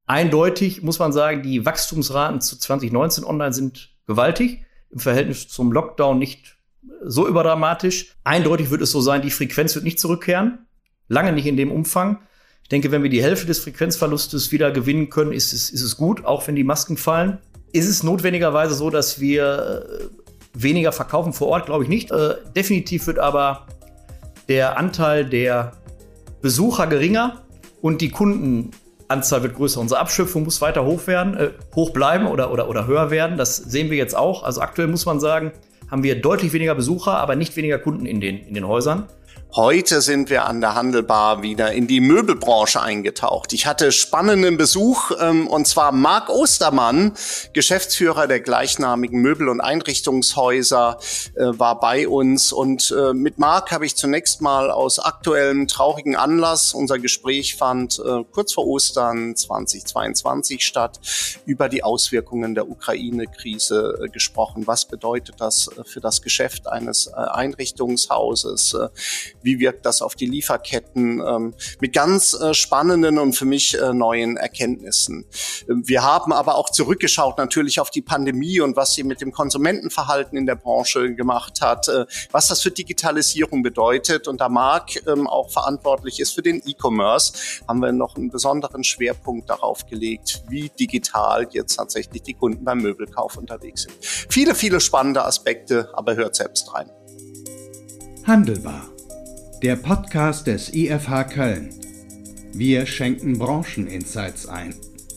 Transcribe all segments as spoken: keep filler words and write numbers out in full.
eindeutig muss man sagen, die Wachstumsraten zu zwanzig neunzehn online sind gewaltig. Im Verhältnis zum Lockdown nicht so überdramatisch. Eindeutig wird es so sein, die Frequenz wird nicht zurückkehren. Lange nicht in dem Umfang. Ich denke, wenn wir die Hälfte des Frequenzverlustes wieder gewinnen können, ist es, ist es gut, auch wenn die Masken fallen. Ist es notwendigerweise so, dass wir äh, weniger verkaufen vor Ort? Glaube ich nicht. Äh, definitiv wird aber der Anteil der Besucher geringer und die Kundenanzahl wird größer. Unsere Abschöpfung muss weiter hoch werden, äh, hoch bleiben oder, oder, oder höher werden. Das sehen wir jetzt auch. Also aktuell muss man sagen, haben wir deutlich weniger Besucher, aber nicht weniger Kunden in den, in den Häusern. Heute sind wir an der Handelbar wieder in die Möbelbranche eingetaucht. Ich hatte spannenden Besuch, ähm, und zwar Marc Ostermann, Geschäftsführer der gleichnamigen Möbel- und Einrichtungshäuser, äh, war bei uns. Und äh, mit Marc habe ich zunächst mal aus aktuellem traurigen Anlass, unser Gespräch fand äh, kurz vor Ostern zweitausendzweiundzwanzig statt, über die Auswirkungen der Ukraine-Krise äh, gesprochen. Was bedeutet das äh, für das Geschäft eines äh, Einrichtungshauses? Äh, Wie wirkt das auf die Lieferketten? Ähm, mit ganz äh, spannenden und für mich äh, neuen Erkenntnissen. Wir haben aber auch zurückgeschaut natürlich auf die Pandemie und was sie mit dem Konsumentenverhalten in der Branche gemacht hat, äh, was das für Digitalisierung bedeutet. Und da Marc ähm, auch verantwortlich ist für den E-Commerce, haben wir noch einen besonderen Schwerpunkt darauf gelegt, wie digital jetzt tatsächlich die Kunden beim Möbelkauf unterwegs sind. Viele, viele spannende Aspekte, aber hört selbst rein. Handelbar. Der Podcast des I F H Köln. Wir schenken Brancheninsights ein.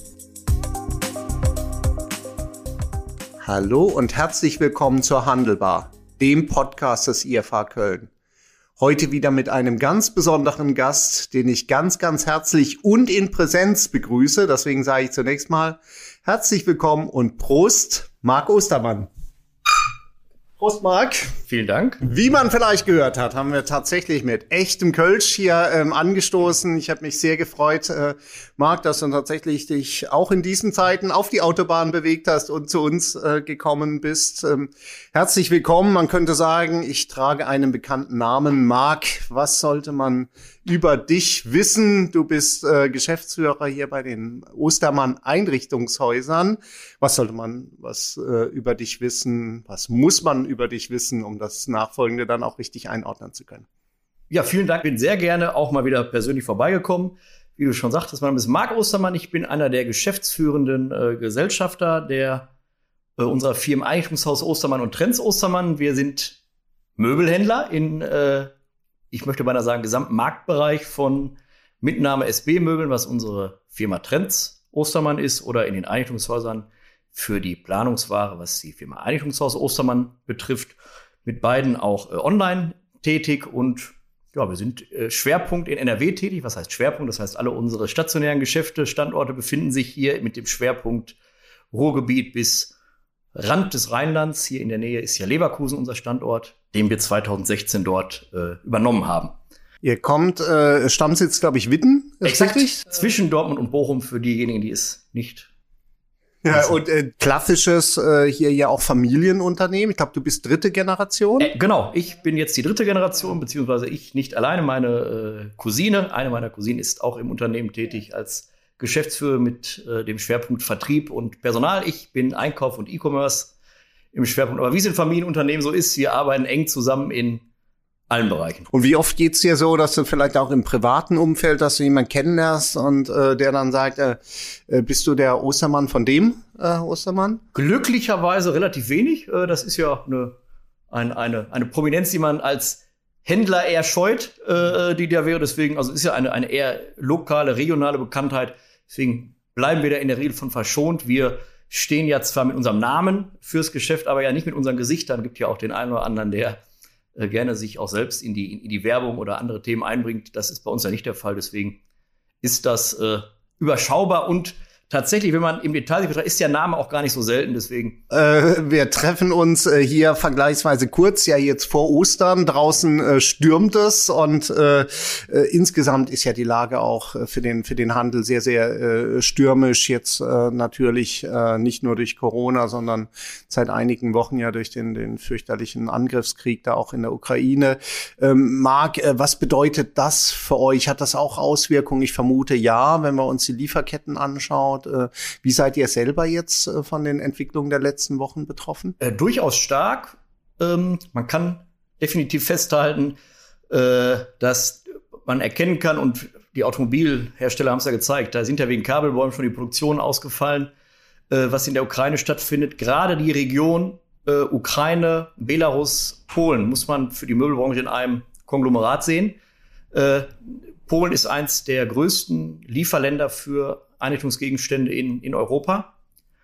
Hallo und herzlich willkommen zur Handelbar, dem Podcast des I F H Köln. Heute wieder mit einem ganz besonderen Gast, den ich ganz, ganz herzlich und in Präsenz begrüße. Deswegen sage ich zunächst mal herzlich willkommen und Prost, Marc Ostermann. Prost, Marc. Vielen Dank. Wie man vielleicht gehört hat, haben wir tatsächlich mit echtem Kölsch hier ähm, angestoßen. Ich habe mich sehr gefreut, äh, Marc, dass du tatsächlich dich auch in diesen Zeiten auf die Autobahn bewegt hast und zu uns äh, gekommen bist. Ähm, herzlich willkommen. Man könnte sagen, ich trage einen bekannten Namen. Marc, was sollte man über dich wissen? Du bist äh, Geschäftsführer hier bei den Ostermann Einrichtungshäusern. Was sollte man was äh, über dich wissen? Was muss man über dich wissen, um das Nachfolgende dann auch richtig einordnen zu können? Ja, vielen Dank. Ich bin sehr gerne auch mal wieder persönlich vorbeigekommen. Wie du schon sagtest, mein Name ist Marc Ostermann. Ich bin einer der geschäftsführenden äh, Gesellschafter der äh, unserer Firmen Einrichtungshaus Ostermann und Trends Ostermann. Wir sind Möbelhändler in äh, ich möchte beinahe sagen, gesamten Marktbereich von Mitnahme S B-Möbeln, was unsere Firma Trends Ostermann ist, oder in den Einrichtungshäusern für die Planungsware, was die Firma Einrichtungshaus Ostermann betrifft. Mit beiden auch äh, online tätig und ja, wir sind äh, Schwerpunkt in N R W tätig. Was heißt Schwerpunkt? Das heißt, alle unsere stationären Geschäfte, Standorte befinden sich hier mit dem Schwerpunkt Ruhrgebiet bis Rand des Rheinlands. Hier in der Nähe ist ja Leverkusen unser Standort, den wir zweitausendsechzehn dort äh, übernommen haben. Ihr kommt, äh, Stammsitz, glaube ich, Witten. Exakt, zwischen Dortmund und Bochum für diejenigen, die es nicht Ja, wissen. Und äh, klassisches äh, hier ja auch Familienunternehmen. Ich glaube, du bist dritte Generation. Äh, genau, ich bin jetzt die dritte Generation, beziehungsweise ich nicht alleine. Meine äh, Cousine, eine meiner Cousinen ist auch im Unternehmen tätig als Geschäftsführer mit äh, dem Schwerpunkt Vertrieb und Personal. Ich bin Einkauf und E-Commerce im Schwerpunkt. Aber wie es in Familienunternehmen so ist, wir arbeiten eng zusammen in allen Bereichen. Und wie oft geht's dir so, dass du vielleicht auch im privaten Umfeld, dass du jemanden kennenlernst und äh, der dann sagt, äh, bist du der Ostermann von dem äh, Ostermann? Glücklicherweise relativ wenig. Äh, das ist ja eine, eine, eine, eine Prominenz, die man als Händler eher scheut, äh, die da wäre. Deswegen, also ist ja eine, eine eher lokale, regionale Bekanntheit. Deswegen bleiben wir da in der Regel von verschont. Wir stehen ja zwar mit unserem Namen fürs Geschäft, aber ja nicht mit unseren Gesichtern. Gibt ja auch den einen oder anderen, der äh, gerne sich auch selbst in die, in die Werbung oder andere Themen einbringt. Das ist bei uns ja nicht der Fall. Deswegen ist das äh, überschaubar und tatsächlich, wenn man im Detail sich betrachtet, ist der Name auch gar nicht so selten, deswegen. Äh, wir treffen uns äh, hier vergleichsweise kurz, ja jetzt vor Ostern. Draußen äh, stürmt es und äh, äh, insgesamt ist ja die Lage auch äh, für den für den Handel sehr, sehr äh, stürmisch. Jetzt äh, natürlich äh, nicht nur durch Corona, sondern seit einigen Wochen ja durch den den fürchterlichen Angriffskrieg da auch in der Ukraine. Ähm, Marc, äh, was bedeutet das für euch? Hat das auch Auswirkungen? Ich vermute ja, wenn wir uns die Lieferketten anschauen. dort. Äh, wie seid ihr selber jetzt äh, von den Entwicklungen der letzten Wochen betroffen? Äh, durchaus stark. Ähm, man kann definitiv festhalten, äh, dass man erkennen kann, und die Automobilhersteller haben es ja gezeigt, da sind ja wegen Kabelbäumen schon die Produktionen ausgefallen, äh, was in der Ukraine stattfindet. Gerade die Region äh, Ukraine, Belarus, Polen muss man für die Möbelbranche in einem Konglomerat sehen. Äh, Polen ist eins der größten Lieferländer für Einrichtungsgegenstände in, in Europa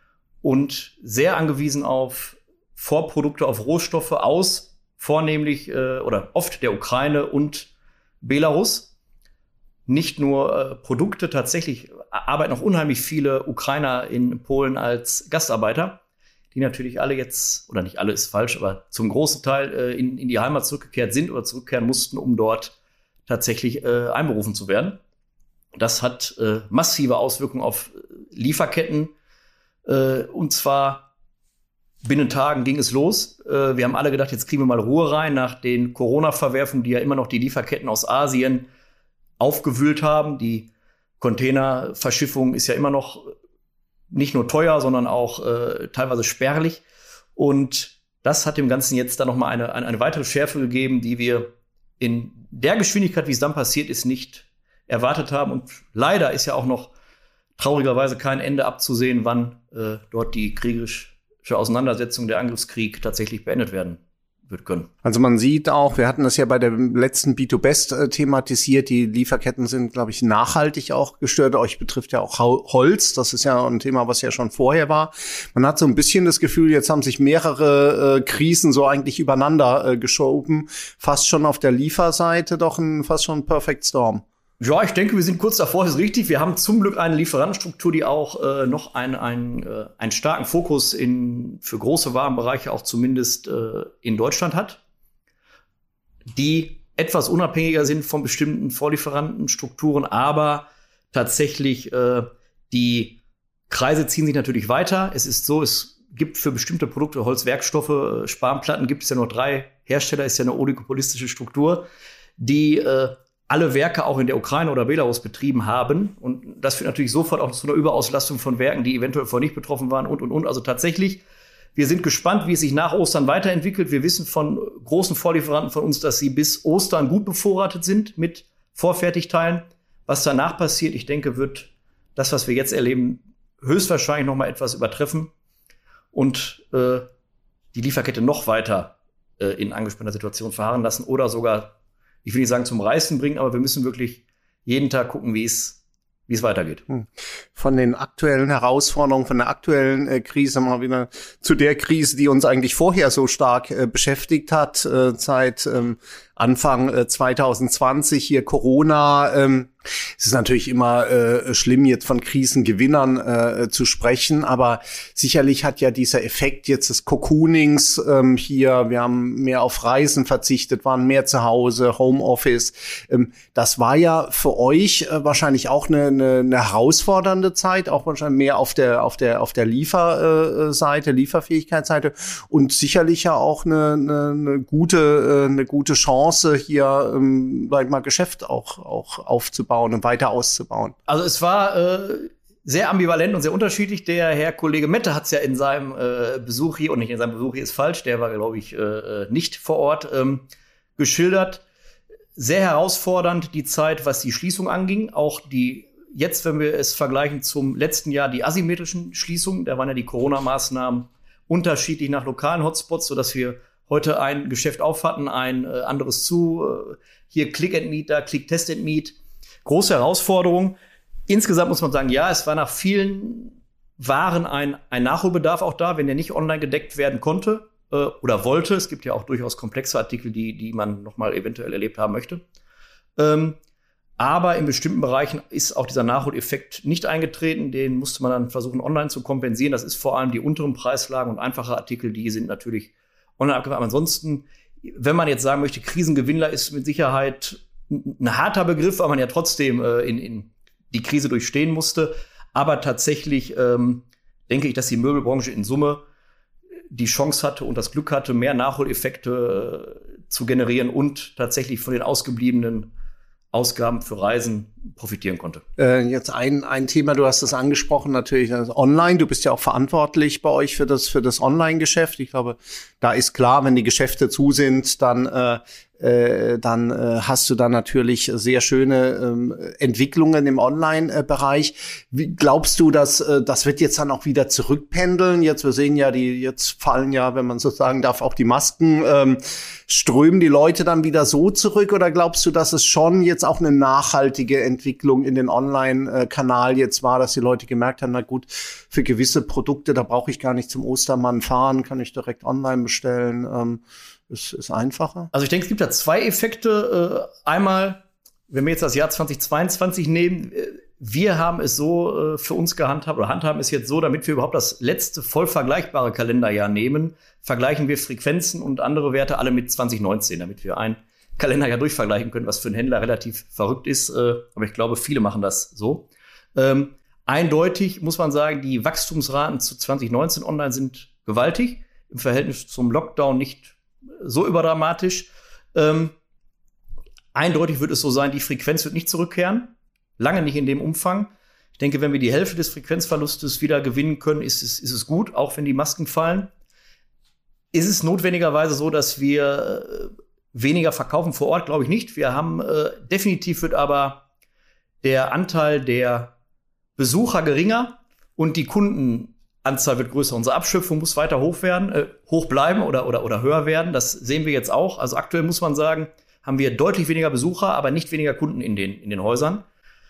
und sehr angewiesen auf Vorprodukte, auf Rohstoffe aus vornehmlich äh, oder oft der Ukraine und Belarus. Nicht nur äh, Produkte, tatsächlich arbeiten auch unheimlich viele Ukrainer in Polen als Gastarbeiter, die natürlich alle jetzt, oder nicht alle ist falsch, aber zum großen Teil äh, in, in die Heimat zurückgekehrt sind oder zurückkehren mussten, um dort tatsächlich äh, einberufen zu werden. Das hat äh, massive Auswirkungen auf Lieferketten. Äh, und zwar binnen Tagen ging es los. Äh, wir haben alle gedacht, jetzt kriegen wir mal Ruhe rein nach den Corona-Verwerfungen, die ja immer noch die Lieferketten aus Asien aufgewühlt haben. Die Containerverschiffung ist ja immer noch nicht nur teuer, sondern auch äh, teilweise spärlich. Und das hat dem Ganzen jetzt dann noch mal eine, eine, eine weitere Schärfe gegeben, die wir in der Geschwindigkeit, wie es dann passiert ist, nicht erwartet haben. Und leider ist ja auch noch traurigerweise kein Ende abzusehen, wann äh, dort die kriegerische Auseinandersetzung, der Angriffskrieg tatsächlich beendet werden wird können. Also man sieht auch, wir hatten das ja bei der letzten B zwei Best äh, thematisiert, die Lieferketten sind, glaube ich, nachhaltig auch gestört. Euch betrifft ja auch Holz, das ist ja ein Thema, was ja schon vorher war. Man hat so ein bisschen das Gefühl, jetzt haben sich mehrere äh, Krisen so eigentlich übereinander äh, geschoben. Fast schon auf der Lieferseite doch ein fast schon ein Perfect Storm. Ja, ich denke, wir sind kurz davor, das ist richtig. Wir haben zum Glück eine Lieferantenstruktur, die auch äh, noch ein, ein, äh, einen starken Fokus in, für große Warenbereiche auch zumindest äh, in Deutschland hat, die etwas unabhängiger sind von bestimmten Vorlieferantenstrukturen, aber tatsächlich äh, die Kreise ziehen sich natürlich weiter. Es ist so, es gibt für bestimmte Produkte, Holzwerkstoffe, Spanplatten, gibt es ja nur drei Hersteller, ist ja eine oligopolistische Struktur, die äh, alle Werke auch in der Ukraine oder Belarus betrieben haben. Und das führt natürlich sofort auch zu einer Überauslastung von Werken, die eventuell vorher nicht betroffen waren und, und, und. Also tatsächlich, wir sind gespannt, wie es sich nach Ostern weiterentwickelt. Wir wissen von großen Vorlieferanten von uns, dass sie bis Ostern gut bevorratet sind mit Vorfertigteilen. Was danach passiert, ich denke, wird das, was wir jetzt erleben, höchstwahrscheinlich noch mal etwas übertreffen und äh, die Lieferkette noch weiter äh, in angespannter Situation verharren lassen oder sogar, ich will nicht sagen zum Reißen bringen, aber wir müssen wirklich jeden Tag gucken, wie es wie es weitergeht. Von den aktuellen Herausforderungen, von der aktuellen äh, Krise mal wieder zu der Krise, die uns eigentlich vorher so stark äh, beschäftigt hat, äh, seit ähm, Anfang äh, zwanzig zwanzig, hier Corona. Ähm, es ist natürlich immer äh, schlimm, jetzt von Krisengewinnern äh, zu sprechen, aber sicherlich hat ja dieser Effekt jetzt des Cocoonings ähm, hier, wir haben mehr auf Reisen verzichtet, waren mehr zu Hause, Homeoffice. Ähm, das war ja für euch äh, wahrscheinlich auch eine, eine, eine herausfordernde Zeit, auch wahrscheinlich mehr auf der auf der auf der Lieferseite, Lieferfähigkeitsseite und sicherlich ja auch eine, eine, eine gute eine gute Chance hier, ähm, sag ich mal, Geschäft auch auch aufzubauen und weiter auszubauen. Also es war äh, sehr ambivalent und sehr unterschiedlich. Der Herr Kollege Mette hat es ja in seinem äh, Besuch hier, und nicht in seinem Besuch hier ist falsch, der war, glaube ich, äh, nicht vor Ort, ähm, geschildert. Sehr herausfordernd die Zeit, was die Schließung anging. Auch die, jetzt, wenn wir es vergleichen zum letzten Jahr, die asymmetrischen Schließungen, da waren ja die Corona-Maßnahmen unterschiedlich nach lokalen Hotspots, sodass wir heute ein Geschäft auf hatten, ein äh, anderes zu. Äh, hier Click and Meet, da Click Test and Meet. Große Herausforderung. Insgesamt muss man sagen, ja, es war nach vielen Waren ein, ein Nachholbedarf auch da, wenn der nicht online gedeckt werden konnte äh, oder wollte. Es gibt ja auch durchaus komplexe Artikel, die, die man noch mal eventuell erlebt haben möchte. Ähm, aber in bestimmten Bereichen ist auch dieser Nachholeffekt nicht eingetreten. Den musste man dann versuchen, online zu kompensieren. Das ist vor allem die unteren Preislagen und einfache Artikel, die sind natürlich online abgemacht. Aber ansonsten, wenn man jetzt sagen möchte, Krisengewinnler ist mit Sicherheit ein harter Begriff, weil man ja trotzdem äh, in, in die Krise durchstehen musste. Aber tatsächlich ähm, denke ich, dass die Möbelbranche in Summe die Chance hatte und das Glück hatte, mehr Nachholeffekte äh, zu generieren und tatsächlich von den ausgebliebenen Ausgaben für Reisen profitieren konnte. Äh, jetzt ein, ein Thema, du hast es angesprochen, natürlich das Online. Du bist ja auch verantwortlich bei euch für das, für das Online-Geschäft. Ich glaube, da ist klar, wenn die Geschäfte zu sind, dann, äh, äh, dann äh, hast du da natürlich sehr schöne ähm, Entwicklungen im Online-Bereich. Wie glaubst du, dass äh, das wird jetzt dann auch wieder zurückpendeln? Jetzt, wir sehen ja, die jetzt fallen ja, wenn man so sagen darf, auch die Masken. Ähm, strömen die Leute dann wieder so zurück? Oder glaubst du, dass es schon jetzt auch eine nachhaltige Entwicklung in den Online-Kanal jetzt war, dass die Leute gemerkt haben, na gut, für gewisse Produkte, da brauche ich gar nicht zum Ostermann fahren, kann ich direkt online bestellen. Ähm, ist, ist einfacher. Also ich denke, es gibt da zwei Effekte. Äh, einmal, wenn wir jetzt das Jahr zweitausendzweiundzwanzig nehmen, äh, wir haben es so äh, für uns gehandhabt oder handhaben es jetzt so, damit wir überhaupt das letzte voll vergleichbare Kalenderjahr nehmen, vergleichen wir Frequenzen und andere Werte alle mit zwanzig neunzehn, damit wir ein Kalenderjahr durchvergleichen können, was für einen Händler relativ verrückt ist. Äh, aber ich glaube, viele machen das so. Ähm, eindeutig muss man sagen, die Wachstumsraten zu zwanzig neunzehn online sind gewaltig. Im Verhältnis zum Lockdown nicht so überdramatisch. Ähm, eindeutig wird es so sein, die Frequenz wird nicht zurückkehren. Lange nicht in dem Umfang. Ich denke, wenn wir die Hälfte des Frequenzverlustes wieder gewinnen können, ist es, ist es gut, auch wenn die Masken fallen. Ist es notwendigerweise so, dass wir äh, weniger verkaufen vor Ort? Glaube ich nicht. Wir haben, äh, definitiv wird aber der Anteil der Besucher geringer und die Kundenanzahl wird größer. Unsere Abschöpfung muss weiter hoch werden, äh, hoch bleiben oder, oder, oder höher werden. Das sehen wir jetzt auch. Also aktuell muss man sagen, haben wir deutlich weniger Besucher, aber nicht weniger Kunden in den, in den Häusern.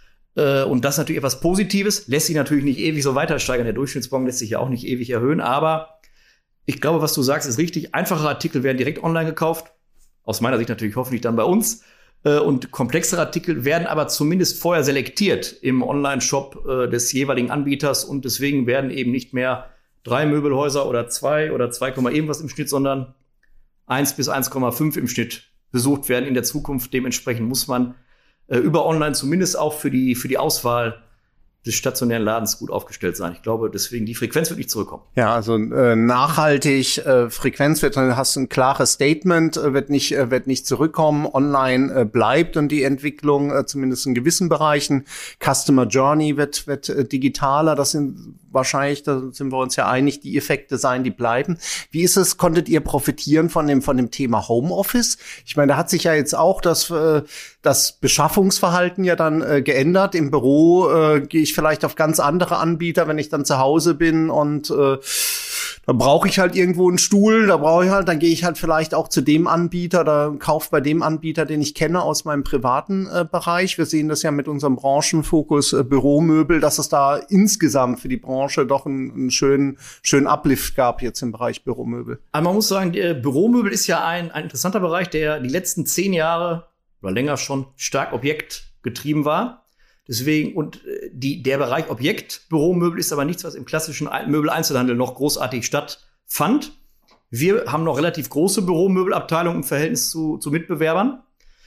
Und das ist natürlich etwas Positives, lässt sich natürlich nicht ewig so weiter steigern. Der Durchschnittsbon lässt sich ja auch nicht ewig erhöhen. Aber ich glaube, was du sagst, ist richtig. Einfache Artikel werden direkt online gekauft. Aus meiner Sicht natürlich hoffentlich dann bei uns. Und komplexere Artikel werden aber zumindest vorher selektiert im Online-Shop des jeweiligen Anbieters. Und deswegen werden eben nicht mehr drei Möbelhäuser oder zwei oder zwei, irgendwas im Schnitt, sondern eins bis eins Komma fünf im Schnitt besucht werden in der Zukunft. Dementsprechend muss man über Online zumindest auch für die, für die Auswahl des stationären Ladens gut aufgestellt sein. Ich glaube, deswegen die Frequenz wird nicht zurückkommen. Ja, also äh, nachhaltig, äh, Frequenz wird, dann hast du ein klares Statement, äh, wird nicht, äh, wird nicht zurückkommen. Online äh, bleibt und die Entwicklung, äh, zumindest in gewissen Bereichen. Customer Journey wird, wird äh, digitaler. Das sind wahrscheinlich, da sind wir uns ja einig, die Effekte sein, die bleiben. Wie ist es, konntet ihr profitieren von dem, von dem Thema Homeoffice? Ich meine, da hat sich ja jetzt auch das, äh, das Beschaffungsverhalten ja dann äh, geändert. Im Büro äh, gehe ich vielleicht auf ganz andere Anbieter, wenn ich dann zu Hause bin und äh, da brauche ich halt irgendwo einen Stuhl, da brauche ich halt, dann gehe ich halt vielleicht auch zu dem Anbieter oder kaufe bei dem Anbieter, den ich kenne aus meinem privaten äh, Bereich. Wir sehen das ja mit unserem Branchenfokus äh, Büromöbel, dass es da insgesamt für die Branche doch einen, einen schönen, schönen Uplift gab jetzt im Bereich Büromöbel. Aber man muss sagen, der Büromöbel ist ja ein, ein interessanter Bereich, der die letzten zehn Jahre oder länger schon stark objektgetrieben war. Deswegen, und die, der Bereich Objektbüromöbel ist aber nichts, was im klassischen Möbeleinzelhandel noch großartig stattfand. Wir haben noch relativ große Büromöbelabteilungen im Verhältnis zu, zu Mitbewerbern.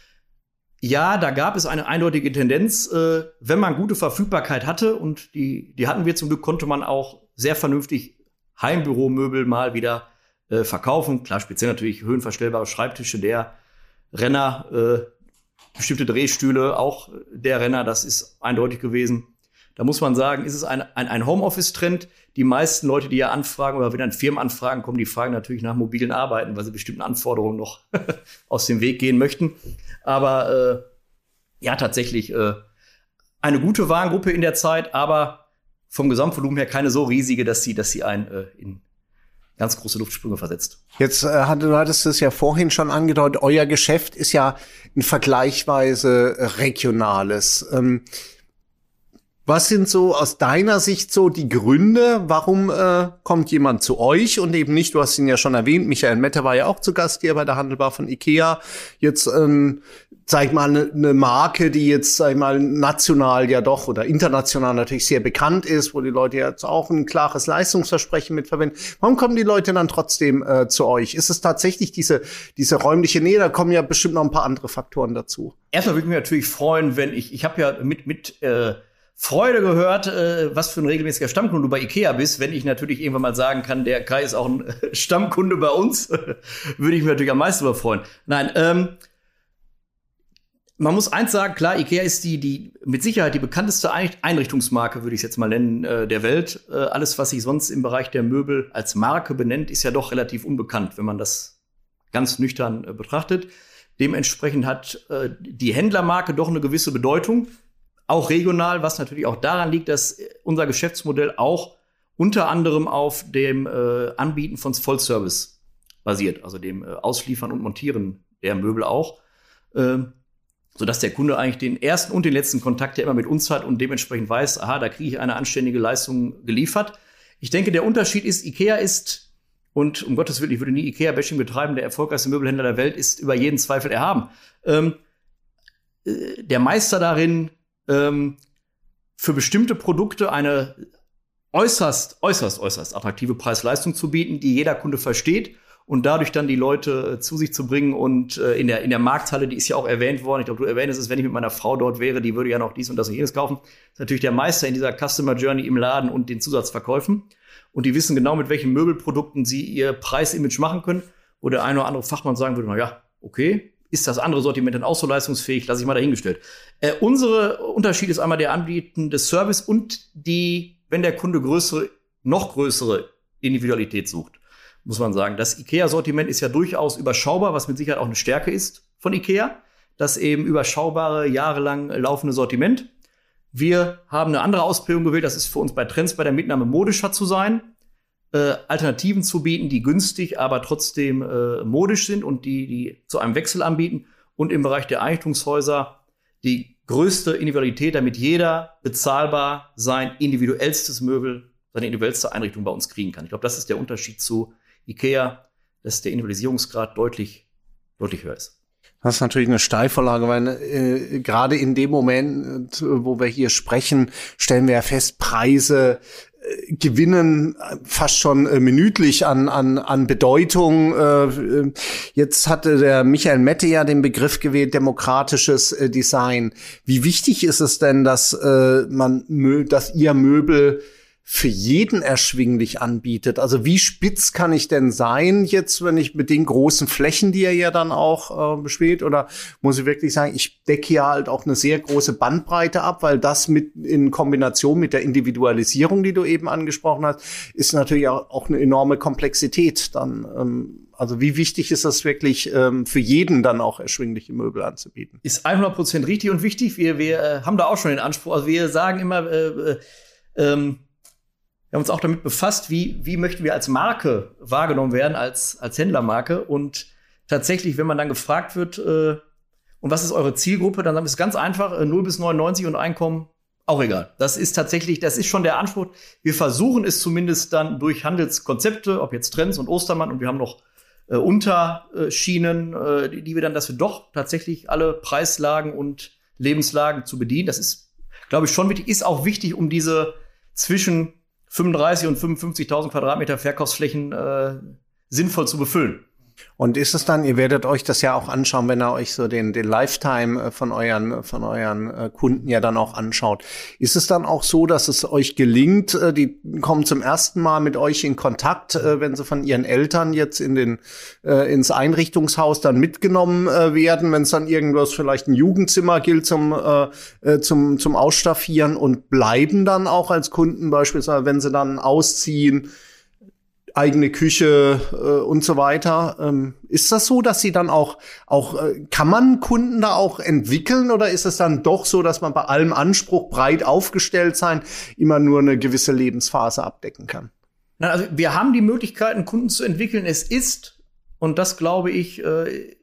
Ja, da gab es eine eindeutige Tendenz, äh, wenn man gute Verfügbarkeit hatte, und die, die hatten wir zum Glück, konnte man auch sehr vernünftig Heimbüromöbel mal wieder äh, verkaufen. Klar, speziell natürlich höhenverstellbare Schreibtische, der Renner, äh, bestimmte Drehstühle, auch der Renner, das ist eindeutig gewesen. Da muss man sagen, ist es ein, ein, ein Homeoffice-Trend. Die meisten Leute, die ja anfragen oder wenn dann Firmen anfragen, kommen, die fragen natürlich nach mobilen Arbeiten, weil sie bestimmten Anforderungen noch aus dem Weg gehen möchten. Aber äh, ja, tatsächlich äh, eine gute Warengruppe in der Zeit, aber vom Gesamtvolumen her keine so riesige, dass sie, dass sie einen äh, in ganz große Luftsprünge versetzt. Jetzt, äh, hatte, du hattest es ja vorhin schon angedeutet, euer Geschäft ist ja ein vergleichsweise regionales. Ähm, was sind so aus deiner Sicht so die Gründe, warum äh, kommt jemand zu euch und eben nicht, du hast ihn ja schon erwähnt, Michael Mette war ja auch zu Gast hier bei der Handelbar von IKEA, jetzt ähm, sag ich mal, eine ne Marke, die jetzt, sag ich mal, national ja doch oder international natürlich sehr bekannt ist, wo die Leute jetzt auch ein klares Leistungsversprechen mit verwenden. Warum kommen die Leute dann trotzdem äh, zu euch? Ist es tatsächlich diese diese räumliche Nähe? Da kommen ja bestimmt noch ein paar andere Faktoren dazu. Erstmal würde ich mich natürlich freuen, wenn ich, ich habe ja mit mit äh, Freude gehört, äh, was für ein regelmäßiger Stammkunde du bei IKEA bist. Wenn ich natürlich irgendwann mal sagen kann, der Kai ist auch ein äh, Stammkunde bei uns, würde ich mich natürlich am meisten darüber freuen. Nein, ähm, Man muss eins sagen, klar, IKEA ist die, die mit Sicherheit die bekannteste Einrichtungsmarke, würde ich es jetzt mal nennen, äh, der Welt. Äh, alles, was sich sonst im Bereich der Möbel als Marke benennt, ist ja doch relativ unbekannt, wenn man das ganz nüchtern äh, betrachtet. Dementsprechend hat äh, die Händlermarke doch eine gewisse Bedeutung, auch regional, was natürlich auch daran liegt, dass unser Geschäftsmodell auch unter anderem auf dem äh, Anbieten von Vollservice basiert, also dem äh, Ausliefern und Montieren der Möbel auch. Äh, sodass der Kunde eigentlich den ersten und den letzten Kontakt ja immer mit uns hat und dementsprechend weiß, aha, da kriege ich eine anständige Leistung geliefert. Ich denke, der Unterschied ist, IKEA ist, und um Gottes Willen, ich würde nie IKEA-Bashing betreiben, der erfolgreichste Möbelhändler der Welt ist über jeden Zweifel erhaben. Ähm, äh, der Meister darin, ähm, für bestimmte Produkte eine äußerst, äußerst, äußerst attraktive Preis-Leistung zu bieten, die jeder Kunde versteht, und dadurch dann die Leute äh, zu sich zu bringen. Und äh, in der in der Markthalle, die ist ja auch erwähnt worden, ich glaube, du erwähnst es, wenn ich mit meiner Frau dort wäre, die würde ja noch dies und das und jenes kaufen. Das ist natürlich der Meister in dieser Customer Journey im Laden und den Zusatzverkäufen. Und die wissen genau, mit welchen Möbelprodukten sie ihr Preisimage machen können. Wo der eine oder andere Fachmann sagen würde, na ja, okay, ist das andere Sortiment dann auch so leistungsfähig? Lasse ich mal dahingestellt. Äh, unsere Unterschied ist einmal der anbietende Service und die, wenn der Kunde größere, noch größere Individualität sucht, muss man sagen. Das IKEA-Sortiment ist ja durchaus überschaubar, was mit Sicherheit auch eine Stärke ist von IKEA. Das eben überschaubare, jahrelang laufende Sortiment. Wir haben eine andere Ausprägung gewählt. Das ist für uns bei Trends bei der Mitnahme modischer zu sein, äh, Alternativen zu bieten, die günstig, aber trotzdem äh, modisch sind und die, die zu einem Wechsel anbieten. Und im Bereich der Einrichtungshäuser die größte Individualität, damit jeder bezahlbar sein individuellstes Möbel, seine individuellste Einrichtung bei uns kriegen kann. Ich glaube, das ist der Unterschied zu IKEA, dass der Individualisierungsgrad deutlich, deutlich höher ist. Das ist natürlich eine Steilvorlage, weil äh, gerade in dem Moment, wo wir hier sprechen, stellen wir ja fest, Preise äh, gewinnen fast schon äh, minütlich an an an Bedeutung. Äh, jetzt hatte der Michael Mette ja den Begriff gewählt, demokratisches äh, Design. Wie wichtig ist es denn, dass äh, man, dass ihr Möbel für jeden erschwinglich anbietet? Also wie spitz kann ich denn sein jetzt, wenn ich mit den großen Flächen, die er ja dann auch äh, bespielt, oder muss ich wirklich sagen, ich decke ja halt auch eine sehr große Bandbreite ab, weil das mit in Kombination mit der Individualisierung, die du eben angesprochen hast, ist natürlich auch, auch eine enorme Komplexität dann. Ähm, also wie wichtig ist das wirklich ähm, für jeden dann auch erschwingliche Möbel anzubieten? Ist hundert Prozent richtig und wichtig. Wir, wir äh, haben da auch schon den Anspruch, also wir sagen immer, äh, äh, ähm, wir haben uns auch damit befasst, wie, wie möchten wir als Marke wahrgenommen werden, als, als Händlermarke. Und tatsächlich, wenn man dann gefragt wird, äh, und was ist eure Zielgruppe, dann sagen wir es ganz einfach, äh, null bis neunundneunzig und Einkommen, auch egal. Das ist tatsächlich, das ist schon der Anspruch. Wir versuchen es zumindest dann durch Handelskonzepte, ob jetzt Trends und Ostermann, und wir haben noch äh, Unterschienen, äh, die, die wir dann, dass wir doch tatsächlich alle Preislagen und Lebenslagen zu bedienen. Das ist, glaube ich, schon wichtig, ist auch wichtig, um diese zwischen fünfunddreißig und fünfundfünfzigtausend Quadratmeter Verkaufsflächen äh, sinnvoll zu befüllen. Und ist es dann, ihr werdet euch das ja auch anschauen, wenn ihr euch so den, den Lifetime von euren, von euren Kunden ja dann auch anschaut. Ist es dann auch so, dass es euch gelingt, die kommen zum ersten Mal mit euch in Kontakt, wenn sie von ihren Eltern jetzt in den, ins Einrichtungshaus dann mitgenommen werden, wenn es dann irgendwas vielleicht ein Jugendzimmer gilt zum, zum, zum Ausstaffieren, und bleiben dann auch als Kunden beispielsweise, wenn sie dann ausziehen, eigene Küche äh, und so weiter. Ähm, ist das so, dass sie dann auch, auch äh, kann man Kunden da auch entwickeln, oder ist es dann doch so, dass man bei allem Anspruch, breit aufgestellt sein, immer nur eine gewisse Lebensphase abdecken kann? Na, also wir haben die Möglichkeiten, Kunden zu entwickeln. Es ist, und das glaube ich, äh,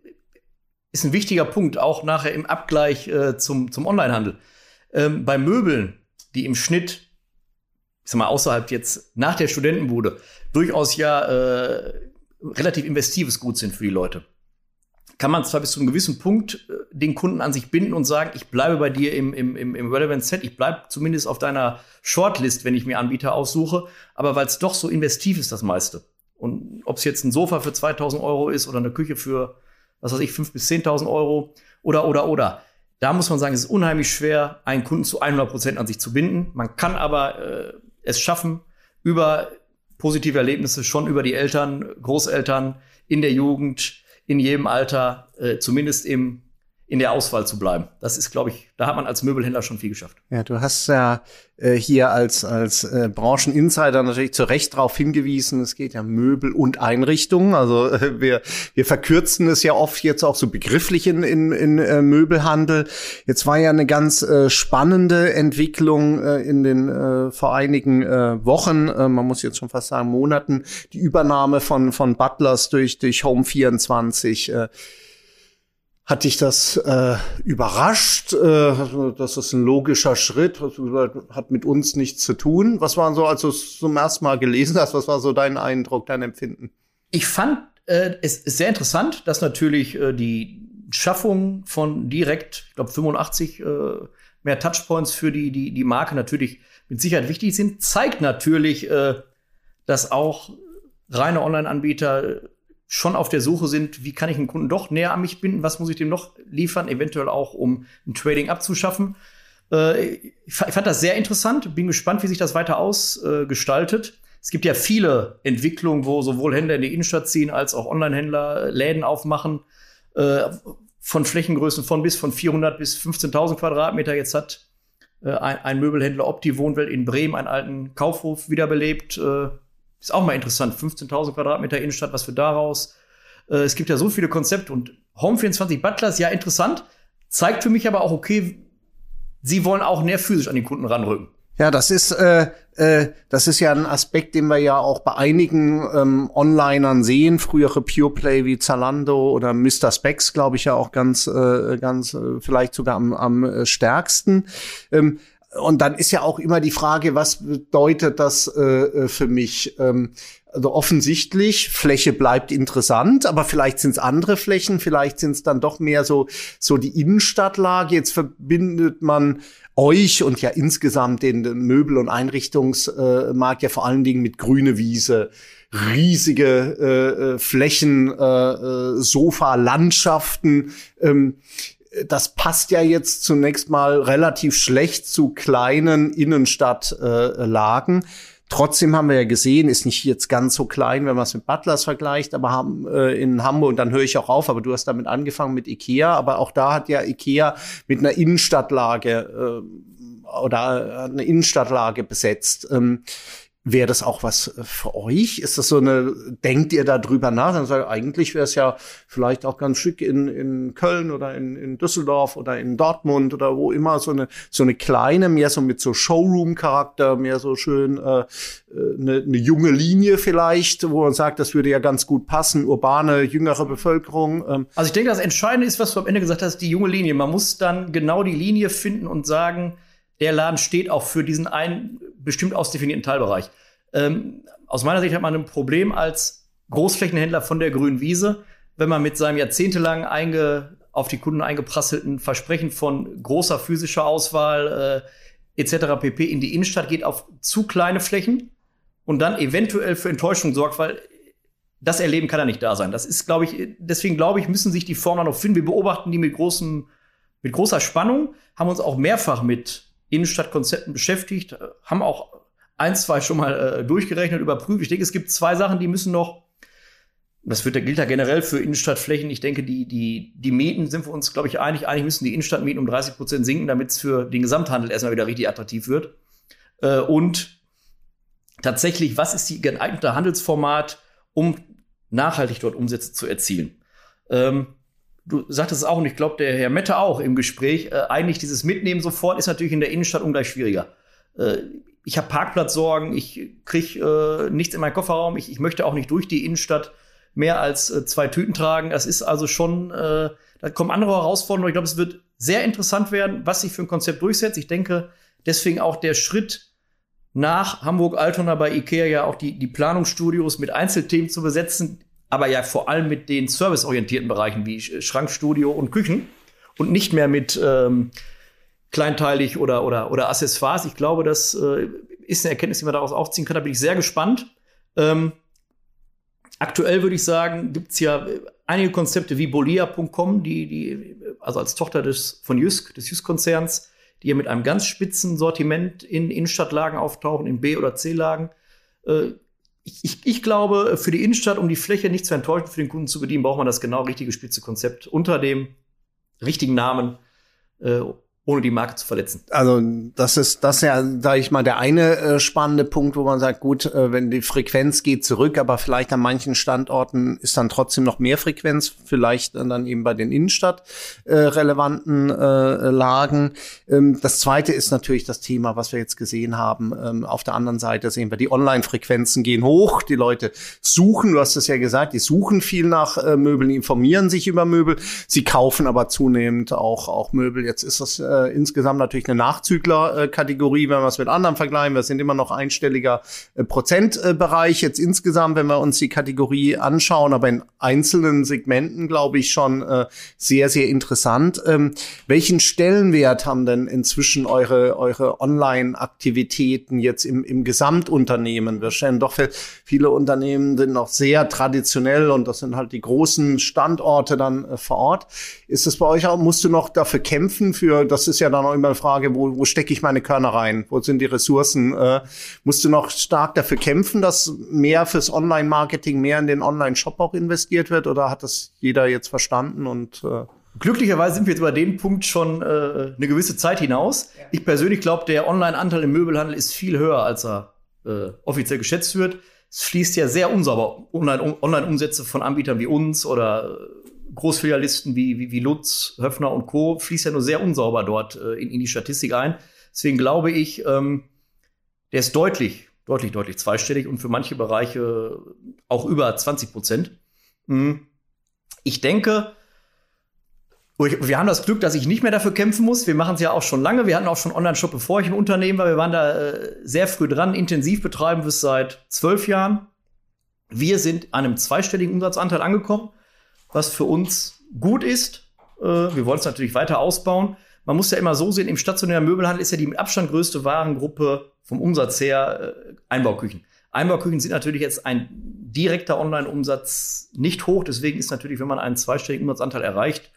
ist ein wichtiger Punkt, auch nachher im Abgleich äh, zum, zum Onlinehandel. Ähm, bei Möbeln, die im Schnitt, ich sag mal, außerhalb jetzt nach der Studentenbude durchaus ja äh, relativ investives Gut sind für die Leute, kann man zwar bis zu einem gewissen Punkt äh, den Kunden an sich binden und sagen, ich bleibe bei dir im, im, im, im Relevant Set, ich bleibe zumindest auf deiner Shortlist, wenn ich mir Anbieter aussuche, aber weil es doch so investiv ist, das meiste. Und ob es jetzt ein Sofa für zweitausend Euro ist oder eine Küche für, was weiß ich, fünftausend bis zehntausend Euro oder, oder, oder. Da muss man sagen, es ist unheimlich schwer, einen Kunden zu hundert Prozent an sich zu binden. Man kann aber äh, es schaffen, über positive Erlebnisse schon über die Eltern, Großeltern in der Jugend, in jedem Alter, äh, zumindest im, in der Auswahl zu bleiben. Das ist, glaube ich, da hat man als Möbelhändler schon viel geschafft. Ja, du hast ja äh, hier als als äh, Brancheninsider natürlich zu Recht darauf hingewiesen, es geht ja Möbel und Einrichtungen. Also äh, wir wir verkürzen es ja oft jetzt auch so begrifflich in in, in äh, Möbelhandel. Jetzt war ja eine ganz äh, spannende Entwicklung äh, in den äh, vor einigen äh, Wochen, äh, man muss jetzt schon fast sagen Monaten, die Übernahme von von Butlers durch durch Home vierundzwanzig. Äh, Hat dich das äh, überrascht? Äh, das ist ein logischer Schritt, hat mit uns nichts zu tun. Was war so, als du es zum ersten Mal gelesen hast, was war so dein Eindruck, dein Empfinden? Ich fand äh, es ist sehr interessant, dass natürlich äh, die Schaffung von direkt, ich glaube fünfundachtzig äh, mehr Touchpoints für die die die Marke natürlich mit Sicherheit wichtig sind. Zeigt natürlich, äh, dass auch reine Online-Anbieter schon auf der Suche sind, wie kann ich einen Kunden doch näher an mich binden, was muss ich dem noch liefern, eventuell auch, um ein Trading abzuschaffen. Äh, ich fand das sehr interessant, bin gespannt, wie sich das weiter ausgestaltet. Äh, es gibt ja viele Entwicklungen, wo sowohl Händler in die Innenstadt ziehen, als auch Online-Händler Läden aufmachen, äh, von Flächengrößen von bis von vierhundert bis fünfzehntausend Quadratmeter. Jetzt hat äh, ein, ein Möbelhändler Opti Wohnwelt in Bremen einen alten Kaufhof wiederbelebt. Äh, Ist auch mal interessant, fünfzehntausend Quadratmeter Innenstadt, was für daraus. Äh, es gibt ja so viele Konzepte und Home vierundzwanzig Butlers, ja interessant, zeigt für mich aber auch, okay, sie wollen auch näher physisch an den Kunden ranrücken. Ja, das ist äh, äh, das ist ja ein Aspekt, den wir ja auch bei einigen ähm, Onlinern sehen, frühere Pureplay wie Zalando oder Mister Spex, glaube ich ja auch ganz äh, ganz äh, vielleicht sogar am, am äh, stärksten. Ähm, Und dann ist ja auch immer die Frage, was bedeutet das äh, für mich? Ähm, also offensichtlich, Fläche bleibt interessant, aber vielleicht sind es andere Flächen, vielleicht sind es dann doch mehr so so die Innenstadtlage. Jetzt verbindet man euch und ja insgesamt den, den Möbel- und Einrichtungsmarkt äh, ja vor allen Dingen mit grüne Wiese, riesige äh, Flächen, äh, Sofa-Landschaften. Ähm, Das passt ja jetzt zunächst mal relativ schlecht zu kleinen Innenstadtlagen. Äh, Trotzdem haben wir ja gesehen, ist nicht jetzt ganz so klein, wenn man es mit Butlers vergleicht, aber haben äh, in Hamburg, und dann höre ich auch auf, aber du hast damit angefangen mit Ikea, aber auch da hat ja Ikea mit einer Innenstadtlage äh, oder eine Innenstadtlage besetzt. Ähm, Wäre das auch was für euch? Ist das so eine, denkt ihr da drüber nach? Dann sagt, eigentlich wäre es ja vielleicht auch ganz schick in, in Köln oder in, in Düsseldorf oder in Dortmund oder wo immer so eine, so eine kleine, mehr so mit so Showroom-Charakter, mehr so schön, äh, eine, eine junge Linie vielleicht, wo man sagt, das würde ja ganz gut passen, urbane, jüngere Bevölkerung. Ähm. Also ich denke, das Entscheidende ist, was du am Ende gesagt hast, die junge Linie. Man muss dann genau die Linie finden und sagen, der Laden steht auch für diesen einen bestimmt ausdefinierten Teilbereich. Ähm, aus meiner Sicht hat man ein Problem als Großflächenhändler von der grünen Wiese, wenn man mit seinem jahrzehntelang einge, auf die Kunden eingeprasselten Versprechen von großer physischer Auswahl äh, et cetera pp. In die Innenstadt geht auf zu kleine Flächen und dann eventuell für Enttäuschung sorgt, weil das Erleben kann ja nicht da sein. Das ist, glaube ich, deswegen glaube ich, müssen sich die Formen noch finden. Wir beobachten die mit großem, mit großer Spannung, haben uns auch mehrfach mit Innenstadtkonzepten beschäftigt, haben auch ein, zwei schon mal äh, durchgerechnet, überprüft. Ich denke, es gibt zwei Sachen, die müssen noch, das wird, gilt ja generell für Innenstadtflächen. Ich denke, die, die, die Mieten sind wir uns, glaube ich, einig. Eigentlich müssen die Innenstadtmieten um dreißig Prozent sinken, damit es für den Gesamthandel erstmal wieder richtig attraktiv wird. Äh, und tatsächlich, was ist die geeignete Handelsformat, um nachhaltig dort Umsätze zu erzielen? Ähm, Du sagtest es auch, und ich glaube, der Herr Mette auch im Gespräch, äh, eigentlich dieses Mitnehmen sofort ist natürlich in der Innenstadt ungleich schwieriger. Äh, ich habe Parkplatzsorgen, ich kriege äh, nichts in meinen Kofferraum, ich, ich möchte auch nicht durch die Innenstadt mehr als äh, zwei Tüten tragen. Das ist also schon, äh, da kommen andere Herausforderungen. Ich glaube, es wird sehr interessant werden, was sich für ein Konzept durchsetzt. Ich denke, deswegen auch der Schritt nach Hamburg-Altona bei Ikea ja auch die, die Planungsstudios mit Einzelthemen zu besetzen, aber ja vor allem mit den serviceorientierten Bereichen wie Schrankstudio und Küchen und nicht mehr mit ähm, kleinteilig oder, oder, oder Accessoires. Ich glaube, das äh, ist eine Erkenntnis, die man daraus aufziehen kann. Da bin ich sehr gespannt. Ähm, aktuell würde ich sagen, gibt es ja einige Konzepte wie Bolia Punkt com, die, die, also als Tochter des, von Jysk, des Jysk-Konzerns, die ja mit einem ganz spitzen Sortiment in Innenstadtlagen auftauchen, in B- oder C-Lagen. Äh, Ich, ich, ich glaube, für die Innenstadt, um die Fläche nicht zu enttäuschen, für den Kunden zu bedienen, braucht man das genau richtige spitze Konzept unter dem richtigen Namen, äh, ohne die Marke zu verletzen. Also das ist das ist ja, sage ich mal, der eine äh, spannende Punkt, wo man sagt, gut, äh, wenn die Frequenz geht zurück, aber vielleicht an manchen Standorten ist dann trotzdem noch mehr Frequenz, vielleicht dann eben bei den Innenstadt äh, relevanten äh, Lagen. Ähm, das zweite ist natürlich das Thema, was wir jetzt gesehen haben. Ähm, auf der anderen Seite sehen wir, die Online-Frequenzen gehen hoch, die Leute suchen, du hast es ja gesagt, die suchen viel nach äh, Möbeln, informieren sich über Möbel, sie kaufen aber zunehmend auch auch Möbel. Jetzt ist das äh, insgesamt natürlich eine Nachzügler-Kategorie, wenn wir es mit anderen vergleichen. Wir sind immer noch einstelliger äh, Prozentbereich jetzt insgesamt, wenn wir uns die Kategorie anschauen, aber in einzelnen Segmenten, glaube ich, schon äh, sehr, sehr interessant. Ähm, welchen Stellenwert haben denn inzwischen eure eure Online-Aktivitäten jetzt im, im Gesamtunternehmen? Wir stellen doch viele Unternehmen sind noch sehr traditionell und das sind halt die großen Standorte dann äh, vor Ort. Ist es bei euch auch, musst du noch dafür kämpfen für, das ist ja dann auch immer eine Frage, wo, wo stecke ich meine Körner rein? Wo sind die Ressourcen? Äh, musst du noch stark dafür kämpfen, dass mehr fürs Online-Marketing, mehr in den Online-Shop auch investiert wird? Oder hat das jeder jetzt verstanden? Und äh Glücklicherweise sind wir jetzt über den Punkt schon äh, eine gewisse Zeit hinaus. Ja. Ich persönlich glaube, der Online-Anteil im Möbelhandel ist viel höher, als er äh, offiziell geschätzt wird. Es fließt ja sehr unsauber Online-Umsätze von Anbietern wie uns oder Großfilialisten wie, wie, wie Lutz, Höffner und Co. fließt ja nur sehr unsauber dort äh, in, in die Statistik ein. Deswegen glaube ich, ähm, der ist deutlich, deutlich, deutlich zweistellig und für manche Bereiche auch über zwanzig Prozent. Mhm. Ich denke, wir haben das Glück, dass ich nicht mehr dafür kämpfen muss. Wir machen es ja auch schon lange. Wir hatten auch schon Online-Shop, bevor ich im Unternehmen war. Wir waren da äh, sehr früh dran. Intensiv betreiben wir es seit zwölf Jahren. Wir sind an einem zweistelligen Umsatzanteil angekommen, was für uns gut ist. Äh, wir wollen es natürlich weiter ausbauen. Man muss ja immer so sehen, im stationären Möbelhandel ist ja die mit Abstand größte Warengruppe vom Umsatz her äh, Einbauküchen. Einbauküchen sind natürlich jetzt ein direkter Online-Umsatz nicht hoch. Deswegen ist natürlich, wenn man einen zweistelligen Umsatzanteil erreicht,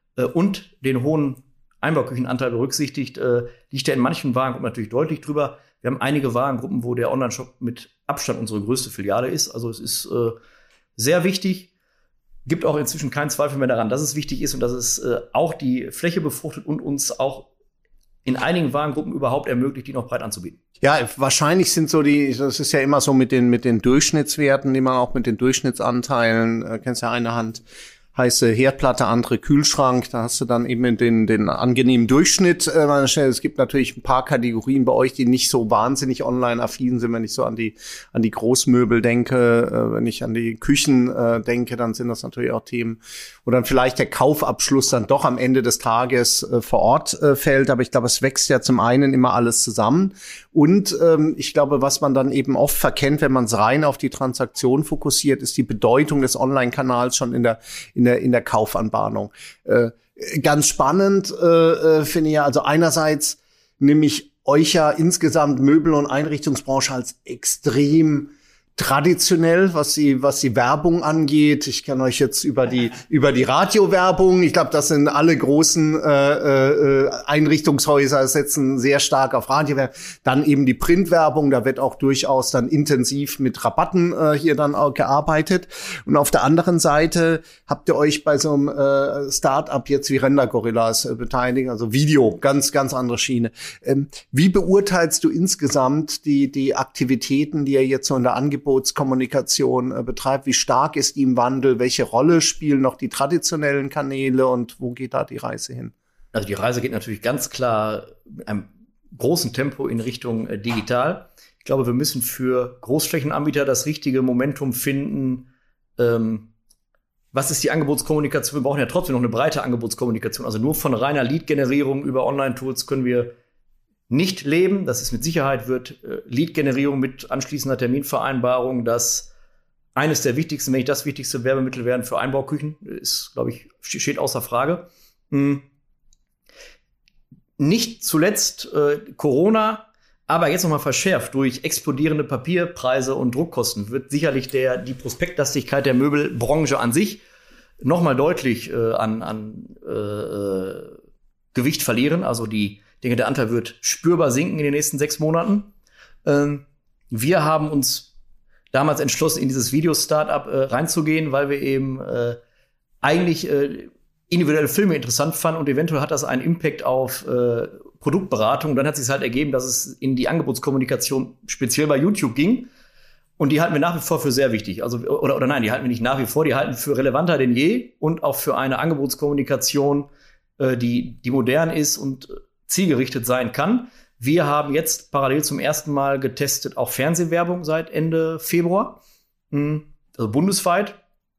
und den hohen Einbauküchenanteil berücksichtigt, äh, liegt er in manchen Warengruppen natürlich deutlich drüber. Wir haben einige Warengruppen, wo der Online-Shop mit Abstand unsere größte Filiale ist. Also es ist äh, sehr wichtig. Gibt auch inzwischen keinen Zweifel mehr daran, dass es wichtig ist und dass es äh, auch die Fläche befruchtet und uns auch in einigen Warengruppen überhaupt ermöglicht, die noch breit anzubieten. Ja, wahrscheinlich sind so die, das ist ja immer so mit den mit den Durchschnittswerten, die man auch mit den Durchschnittsanteilen, äh, kennst ja eine Hand, heiße Herdplatte, andere Kühlschrank, da hast du dann eben den den angenehmen Durchschnitt. Äh, es gibt natürlich ein paar Kategorien bei euch, die nicht so wahnsinnig online-affin sind. Wenn ich so an die an die Großmöbel denke, äh, wenn ich an die Küchen äh, denke, dann sind das natürlich auch Themen, wo dann vielleicht der Kaufabschluss dann doch am Ende des Tages äh, vor Ort äh, fällt. Aber ich glaube, es wächst ja zum einen immer alles zusammen. Und ähm, ich glaube, was man dann eben oft verkennt, wenn man es rein auf die Transaktion fokussiert, ist die Bedeutung des Online-Kanals schon in der in der in der Kaufanbahnung. Äh, ganz spannend äh, finde ich ja, also einerseits nehme ich euch ja insgesamt Möbel- und Einrichtungsbranche als extrem traditionell, was die was die Werbung angeht. Ich kann euch jetzt über die über die Radiowerbung, ich glaube, das sind alle großen äh, äh, Einrichtungshäuser setzen sehr stark auf Radiowerbung. Dann eben die Printwerbung, da wird auch durchaus dann intensiv mit Rabatten äh, hier dann auch gearbeitet. Und auf der anderen Seite habt ihr euch bei so einem äh, Start-up jetzt wie Render Gorillas äh, beteiligt, also Video, ganz ganz andere Schiene. Ähm, wie beurteilst du insgesamt die die Aktivitäten, die ihr jetzt so in der Angebot Kommunikation äh, betreibt? Wie stark ist die im Wandel? Welche Rolle spielen noch die traditionellen Kanäle und wo geht da die Reise hin? Also die Reise geht natürlich ganz klar mit einem großen Tempo in Richtung äh, digital. Ich glaube, wir müssen für Großflächenanbieter das richtige Momentum finden. Ähm, was ist die Angebotskommunikation? Wir brauchen ja trotzdem noch eine breite Angebotskommunikation. Also nur von reiner Lead-Generierung über Online-Tools können wir nicht leben. Das ist mit Sicherheit, wird äh, Lead-Generierung mit anschließender Terminvereinbarung das eines der wichtigsten, wenn nicht das wichtigste Werbemittel werden für Einbauküchen. Ist, glaube ich, steht außer Frage. Hm. Nicht zuletzt äh, Corona, aber jetzt noch mal verschärft durch explodierende Papierpreise und Druckkosten wird sicherlich der die Prospektlastigkeit der Möbelbranche an sich noch mal deutlich äh, an, an äh, Gewicht verlieren. Also die Ich denke, der Anteil wird spürbar sinken in den nächsten sechs Monaten. Ähm, wir haben uns damals entschlossen, in dieses Video-Startup äh, reinzugehen, weil wir eben äh, eigentlich äh, individuelle Filme interessant fanden und eventuell hat das einen Impact auf äh, Produktberatung. Und dann hat sich halt ergeben, dass es in die Angebotskommunikation speziell bei YouTube ging. Und die halten wir nach wie vor für sehr wichtig. Also, oder, oder nein, die halten wir nicht nach wie vor, die halten für relevanter denn je und auch für eine Angebotskommunikation, äh, die, die modern ist und zielgerichtet sein kann. Wir haben jetzt parallel zum ersten Mal getestet auch Fernsehwerbung seit Ende Februar, also bundesweit,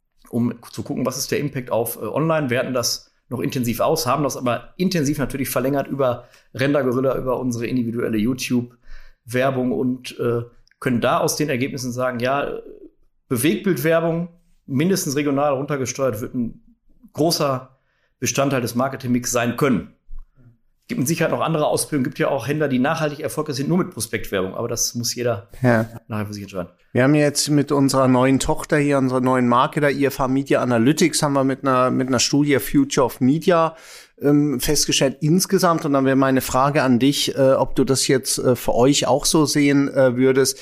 um zu gucken, was ist der Impact auf äh, online. Wir werten das noch intensiv aus, haben das aber intensiv natürlich verlängert über Render Gorilla, über unsere individuelle YouTube-Werbung und äh, können da aus den Ergebnissen sagen, ja, Bewegtbildwerbung, mindestens regional runtergesteuert, wird ein großer Bestandteil des Marketingmix sein können. Gibt mit Sicherheit noch andere Ausprägungen. Gibt ja auch Händler, die nachhaltig erfolgreich sind, nur mit Prospektwerbung. Aber das muss jeder ja. nachher für sich entscheiden. Wir haben jetzt mit unserer neuen Tochter hier, unserer neuen Marke, der I F H Media Analytics, haben wir mit einer, mit einer Studie Future of Media ähm, festgestellt insgesamt. Und dann wäre meine Frage an dich, äh, ob du das jetzt äh, für euch auch so sehen äh, würdest.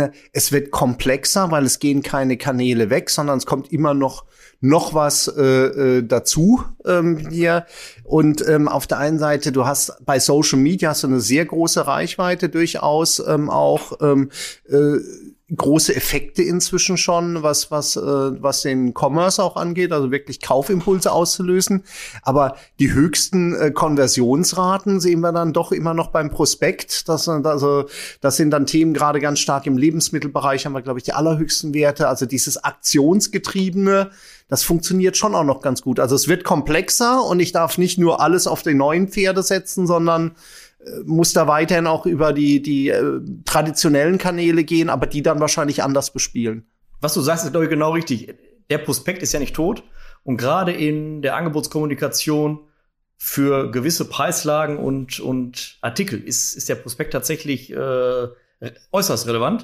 Es wird komplexer, weil es gehen keine Kanäle weg, sondern es kommt immer noch noch was äh, äh, dazu ähm, hier. Und ähm, auf der einen Seite, du hast bei Social Media hast du eine sehr große Reichweite durchaus ähm, auch ähm, äh, große Effekte inzwischen schon, was was äh, was den Commerce auch angeht, also wirklich Kaufimpulse auszulösen. Aber die höchsten äh, Konversionsraten sehen wir dann doch immer noch beim Prospekt. Das, also das sind dann Themen gerade ganz stark im Lebensmittelbereich, haben wir, glaube ich, die allerhöchsten Werte. Also dieses Aktionsgetriebene, das funktioniert schon auch noch ganz gut. Also es wird komplexer und ich darf nicht nur alles auf die neuen Pferde setzen, sondern muss da weiterhin auch über die die äh, traditionellen Kanäle gehen, aber die dann wahrscheinlich anders bespielen. Was du sagst, ist, glaube ich, genau richtig. Der Prospekt ist ja nicht tot. Und gerade in der Angebotskommunikation für gewisse Preislagen und, und Artikel ist, ist der Prospekt tatsächlich äh, äußerst relevant.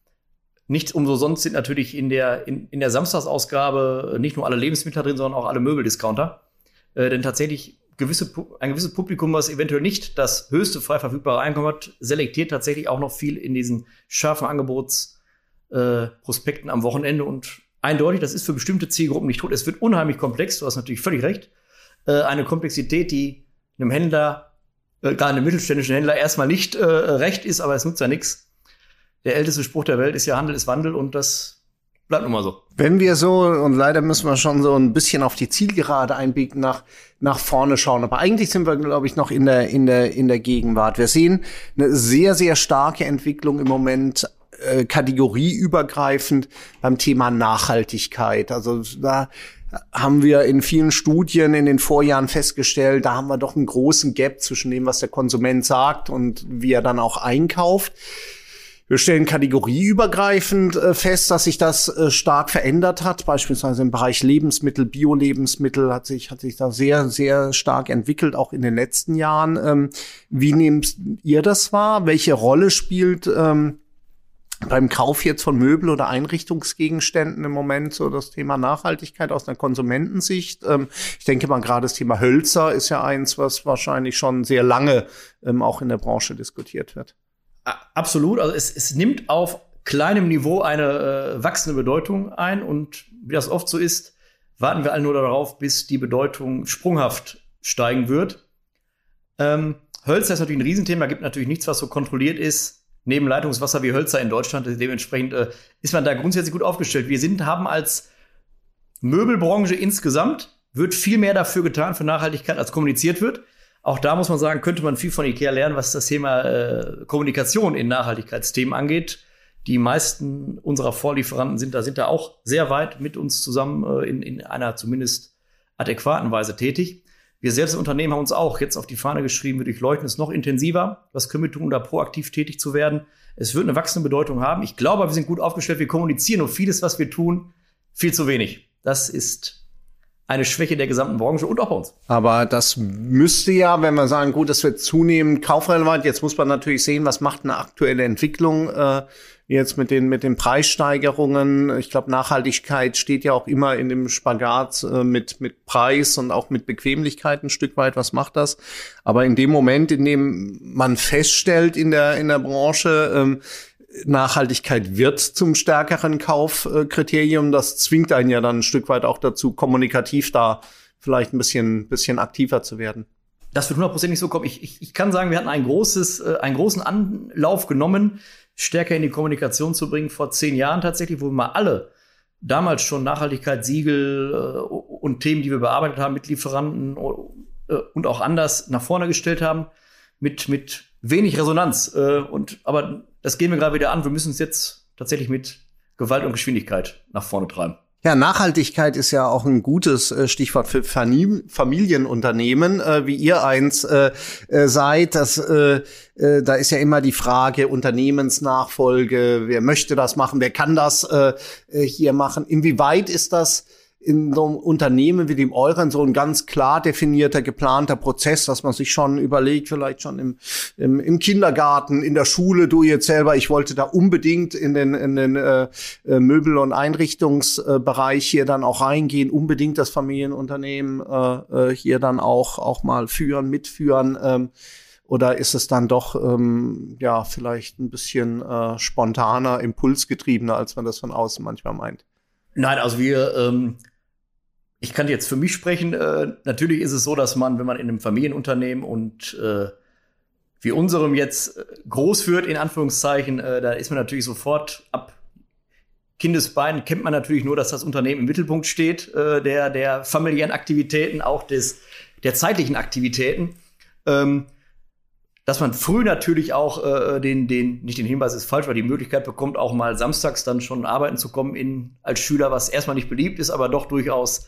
Nicht umsonst sind natürlich in der, in, in der Samstagsausgabe nicht nur alle Lebensmittel drin, sondern auch alle Möbeldiscounter. Äh, denn tatsächlich gewisse, ein gewisses Publikum, was eventuell nicht das höchste frei verfügbare Einkommen hat, selektiert tatsächlich auch noch viel in diesen scharfen Angebotsprospekten äh, am Wochenende. Und eindeutig, das ist für bestimmte Zielgruppen nicht tot. Es wird unheimlich komplex, du hast natürlich völlig recht. Äh, eine Komplexität, die einem Händler, äh, gerade einem mittelständischen Händler, erstmal nicht äh, recht ist, aber es nutzt ja nichts. Der älteste Spruch der Welt ist ja, Handel ist Wandel, und das bleibt nun mal so. Wenn wir so, und leider müssen wir schon so ein bisschen auf die Zielgerade einbiegen, nach, nach vorne schauen. Aber eigentlich sind wir, glaube ich, noch in der, in der, in der Gegenwart. Wir sehen eine sehr, sehr starke Entwicklung im Moment, äh, kategorieübergreifend beim Thema Nachhaltigkeit. Also da haben wir in vielen Studien in den Vorjahren festgestellt, da haben wir doch einen großen Gap zwischen dem, was der Konsument sagt und wie er dann auch einkauft. Wir stellen kategorieübergreifend äh, fest, dass sich das äh, stark verändert hat. Beispielsweise im Bereich Lebensmittel, Bio-Lebensmittel hat sich, hat sich da sehr, sehr stark entwickelt, auch in den letzten Jahren. Ähm, wie nehmt ihr das wahr? Welche Rolle spielt ähm, beim Kauf jetzt von Möbel- oder Einrichtungsgegenständen im Moment so das Thema Nachhaltigkeit aus einer Konsumentensicht? Ähm, ich denke mal, gerade das Thema Hölzer ist ja eins, was wahrscheinlich schon sehr lange ähm, auch in der Branche diskutiert wird. Absolut. Also es, es nimmt auf kleinem Niveau eine äh, wachsende Bedeutung ein. Und wie das oft so ist, warten wir alle nur darauf, bis die Bedeutung sprunghaft steigen wird. Ähm, Hölzer ist natürlich ein Riesenthema. Gibt natürlich nichts, was so kontrolliert ist. Neben Leitungswasser wie Hölzer in Deutschland. Dementsprechend äh, ist man da grundsätzlich gut aufgestellt. Wir sind, haben als Möbelbranche insgesamt, wird viel mehr dafür getan für Nachhaltigkeit, als kommuniziert wird. Auch da muss man sagen, könnte man viel von IKEA lernen, was das Thema äh, Kommunikation in Nachhaltigkeitsthemen angeht. Die meisten unserer Vorlieferanten sind da, sind da auch sehr weit mit uns zusammen äh, in, in einer zumindest adäquaten Weise tätig. Wir selbst im Unternehmen haben uns auch jetzt auf die Fahne geschrieben, wir durchleuchten es noch intensiver. Was können wir tun, um da proaktiv tätig zu werden? Es wird eine wachsende Bedeutung haben. Ich glaube, wir sind gut aufgestellt. Wir kommunizieren und vieles, was wir tun, viel zu wenig. Das ist eine Schwäche der gesamten Branche und auch bei uns. Aber das müsste ja, wenn wir sagen, gut, das wird zunehmend kaufrelevant. Jetzt muss man natürlich sehen, was macht eine aktuelle Entwicklung äh, jetzt mit den mit den Preissteigerungen. Ich glaube, Nachhaltigkeit steht ja auch immer in dem Spagat äh, mit mit Preis und auch mit Bequemlichkeit ein Stück weit. Was macht das? Aber in dem Moment, in dem man feststellt in der in der Branche, ähm, Nachhaltigkeit wird zum stärkeren Kaufkriterium. Das zwingt einen ja dann ein Stück weit auch dazu, kommunikativ da vielleicht ein bisschen, bisschen aktiver zu werden? Das wird hundertprozentig so kommen. Ich, ich, ich kann sagen, wir hatten ein großes, äh, einen großen Anlauf genommen, stärker in die Kommunikation zu bringen, vor zehn Jahren tatsächlich, wo wir mal alle damals schon Nachhaltigkeitssiegel äh, und Themen, die wir bearbeitet haben mit Lieferanten äh, und auch anders nach vorne gestellt haben, mit, mit wenig Resonanz. Äh, und, aber das gehen wir gerade wieder an. Wir müssen es jetzt tatsächlich mit Gewalt und Geschwindigkeit nach vorne treiben. Ja, Nachhaltigkeit ist ja auch ein gutes äh, Stichwort für Familienunternehmen, äh, wie ihr eins äh, äh, seid. Das, äh, äh, da ist ja immer die Frage Unternehmensnachfolge. Wer möchte das machen? Wer kann das äh, hier machen? Inwieweit ist das in so einem Unternehmen wie dem euren so ein ganz klar definierter, geplanter Prozess, dass man sich schon überlegt, vielleicht schon im, im, im Kindergarten, in der Schule, du jetzt selber, ich wollte da unbedingt in den, in den äh, Möbel- und Einrichtungsbereich hier dann auch reingehen, unbedingt das Familienunternehmen äh, hier dann auch, auch mal führen, mitführen, ähm, oder ist es dann doch ähm, ja vielleicht ein bisschen äh, spontaner, impulsgetriebener, als man das von außen manchmal meint? Nein, also wir ähm Ich kann jetzt für mich sprechen. Äh, natürlich ist es so, dass man, wenn man in einem Familienunternehmen und äh, wie unserem jetzt groß führt, in Anführungszeichen, äh, da ist man natürlich sofort ab Kindesbeinen, kennt man natürlich nur, dass das Unternehmen im Mittelpunkt steht, äh, der, der familiären Aktivitäten, auch des, der zeitlichen Aktivitäten. Ähm, dass man früh natürlich auch äh, den, den, nicht den Hinweis ist falsch, weil die Möglichkeit bekommt, auch mal samstags dann schon arbeiten zu kommen in, als Schüler, was erstmal nicht beliebt ist, aber doch durchaus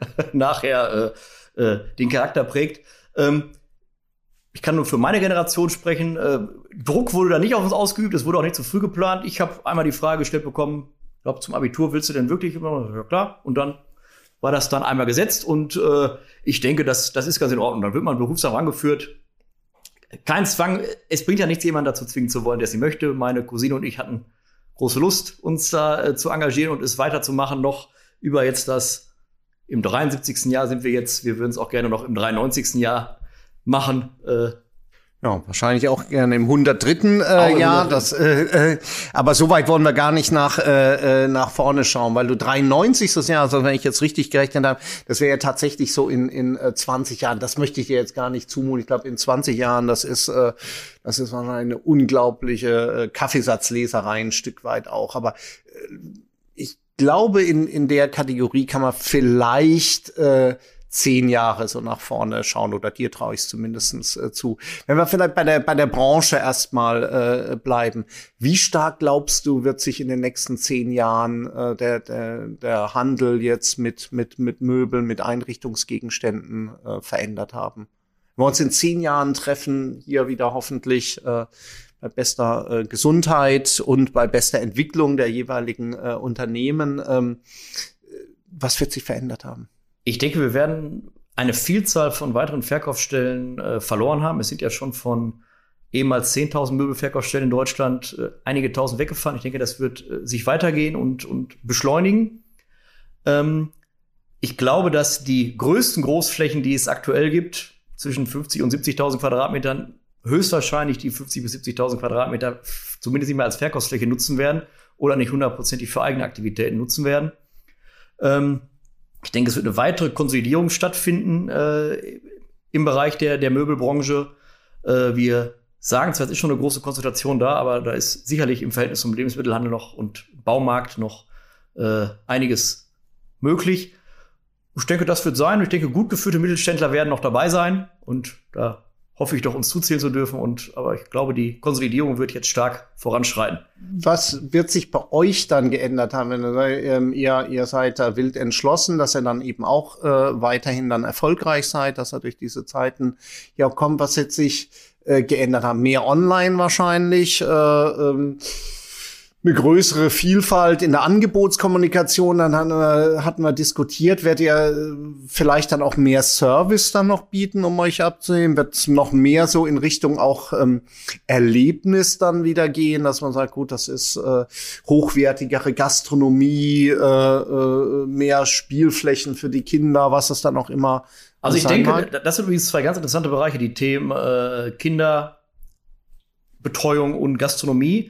nachher äh, äh, den Charakter prägt. Ähm, ich kann nur für meine Generation sprechen. Äh, Druck wurde da nicht auf uns ausgeübt, es wurde auch nicht zu früh geplant. Ich habe einmal die Frage gestellt bekommen, ich glaube, zum Abitur willst du denn wirklich? Ja, klar. Und dann war das dann einmal gesetzt und äh, ich denke, das, das ist ganz in Ordnung. Dann wird man berufsam rangeführt. Kein Zwang, es bringt ja nichts, jemanden dazu zwingen zu wollen, der sie möchte. Meine Cousine und ich hatten große Lust, uns da äh, zu engagieren und es weiterzumachen, noch über jetzt das, im dreiundsiebzigsten Jahr sind wir jetzt, wir würden es auch gerne noch im dreiundneunzigsten Jahr machen. Äh, Ja, wahrscheinlich auch gerne im hundertdritten Äh, Jahr. Das, äh, äh, aber so weit wollen wir gar nicht nach äh, nach vorne schauen, weil du dreiundneunzigstes Jahr, also wenn ich jetzt richtig gerechnet habe, das wäre ja tatsächlich so in in äh, zwanzig Jahren. Das möchte ich dir jetzt gar nicht zumuten. Ich glaube, in zwanzig Jahren, das ist äh, das ist wahrscheinlich eine unglaubliche äh, Kaffeesatzleserei ein Stück weit auch. Aber äh, ich glaube, in in der Kategorie kann man vielleicht äh, zehn Jahre so nach vorne schauen, oder dir traue ich es zumindest äh, zu. Wenn wir vielleicht bei der bei der Branche erstmal äh, bleiben, wie stark glaubst du, wird sich in den nächsten zehn Jahren äh, der der der Handel jetzt mit mit mit Möbeln, mit Einrichtungsgegenständen äh, verändert haben? Wenn wir uns in zehn Jahren treffen, hier wieder hoffentlich äh, bei bester äh, Gesundheit und bei bester Entwicklung der jeweiligen äh, Unternehmen, ähm, was wird sich verändert haben? Ich denke, wir werden eine Vielzahl von weiteren Verkaufsstellen äh, verloren haben. Es sind ja schon von ehemals zehntausend Möbelverkaufsstellen in Deutschland äh, einige tausend weggefahren. Ich denke, das wird äh, sich weitergehen und, und beschleunigen. Ähm, ich glaube, dass die größten Großflächen, die es aktuell gibt, zwischen fünfzig und siebzigtausend Quadratmetern, höchstwahrscheinlich die fünfzig bis siebzigtausend Quadratmeter zumindest nicht mehr als Verkaufsfläche nutzen werden oder nicht hundertprozentig für eigene Aktivitäten nutzen werden. Ähm, Ich denke, es wird eine weitere Konsolidierung stattfinden äh, im Bereich der, der Möbelbranche. Äh, wir sagen zwar, es ist schon eine große Konzentration da, aber da ist sicherlich im Verhältnis zum Lebensmittelhandel noch und Baumarkt noch äh, einiges möglich. Ich denke, das wird sein. Ich denke, gut geführte Mittelständler werden noch dabei sein. Und da hoffe ich doch, uns zuzählen zu dürfen. Und, aber ich glaube, die Konsolidierung wird jetzt stark voranschreiten. Was wird sich bei euch dann geändert haben? Wenn ähm, ihr, ihr seid da wild entschlossen, dass ihr dann eben auch äh, weiterhin dann erfolgreich seid, dass ihr durch diese Zeiten ja auch kommt. Was wird sich äh, geändert haben? Mehr online wahrscheinlich, äh, ähm, eine größere Vielfalt in der Angebotskommunikation. Dann hatten wir, hatten wir diskutiert, werdet ihr vielleicht dann auch mehr Service dann noch bieten, um euch abzuheben? Wird es noch mehr so in Richtung auch ähm, Erlebnis dann wieder gehen, dass man sagt, gut, das ist äh, hochwertigere Gastronomie, äh, äh, mehr Spielflächen für die Kinder, was es dann auch immer Also ich denke, mag. Das sind übrigens zwei ganz interessante Bereiche, die Themen äh, Kinderbetreuung und Gastronomie.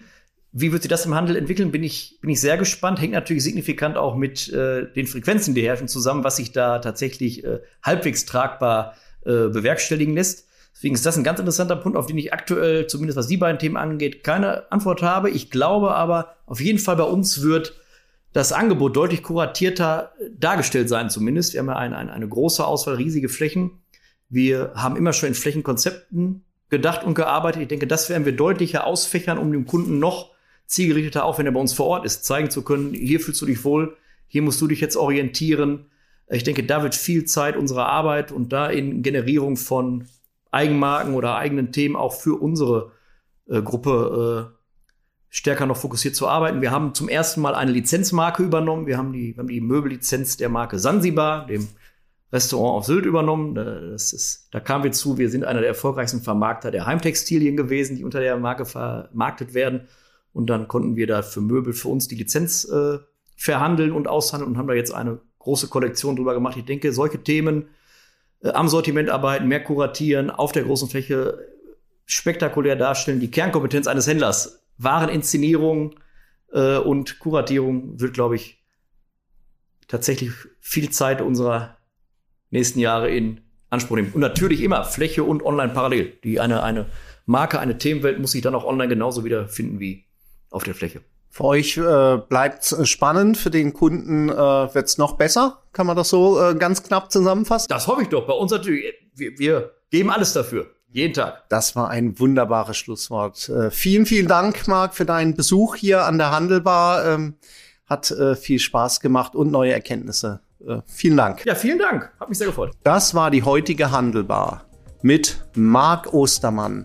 Wie wird sich das im Handel entwickeln, bin ich, bin ich sehr gespannt. Hängt natürlich signifikant auch mit äh, den Frequenzen, die herrschen, zusammen, was sich da tatsächlich äh, halbwegs tragbar äh, bewerkstelligen lässt. Deswegen ist das ein ganz interessanter Punkt, auf den ich aktuell, zumindest was die beiden Themen angeht, keine Antwort habe. Ich glaube aber, auf jeden Fall bei uns wird das Angebot deutlich kuratierter dargestellt sein zumindest. Wir haben ja eine, eine, eine große Auswahl, riesige Flächen. Wir haben immer schon in Flächenkonzepten gedacht und gearbeitet. Ich denke, das werden wir deutlicher ausfächern, um dem Kunden noch zielgerichteter, auch wenn er bei uns vor Ort ist, zeigen zu können, hier fühlst du dich wohl, hier musst du dich jetzt orientieren. Ich denke, da wird viel Zeit unserer Arbeit und da in Generierung von Eigenmarken oder eigenen Themen auch für unsere äh, Gruppe äh, stärker noch fokussiert zu arbeiten. Wir haben zum ersten Mal eine Lizenzmarke übernommen. Wir haben die, wir haben die Möbellizenz der Marke Sansibar, dem Restaurant auf Sylt, übernommen. Das ist, da kamen wir zu, wir sind einer der erfolgreichsten Vermarkter der Heimtextilien gewesen, die unter der Marke vermarktet werden. Und dann konnten wir da für Möbel für uns die Lizenz äh, verhandeln und aushandeln und haben da jetzt eine große Kollektion drüber gemacht. Ich denke, solche Themen äh, am Sortiment arbeiten, mehr kuratieren, auf der großen Fläche spektakulär darstellen, die Kernkompetenz eines Händlers. Wareninszenierung äh, und Kuratierung wird, glaube ich, tatsächlich viel Zeit unserer nächsten Jahre in Anspruch nehmen. Und natürlich immer Fläche und Online parallel. Die eine, eine Marke, eine Themenwelt muss sich dann auch online genauso wiederfinden wie auf der Fläche. Für euch äh, bleibt es spannend, für den Kunden äh, wird es noch besser. Kann man das so äh, ganz knapp zusammenfassen? Das hoffe ich doch. Bei uns natürlich. Wir, wir geben alles dafür. Jeden Tag. Das war ein wunderbares Schlusswort. Äh, vielen, vielen Dank, Marc, für deinen Besuch hier an der Handelbar. Ähm, hat äh, viel Spaß gemacht und neue Erkenntnisse. Äh, vielen Dank. Ja, vielen Dank. Hat mich sehr gefreut. Das war die heutige Handelbar mit Marc Ostermann,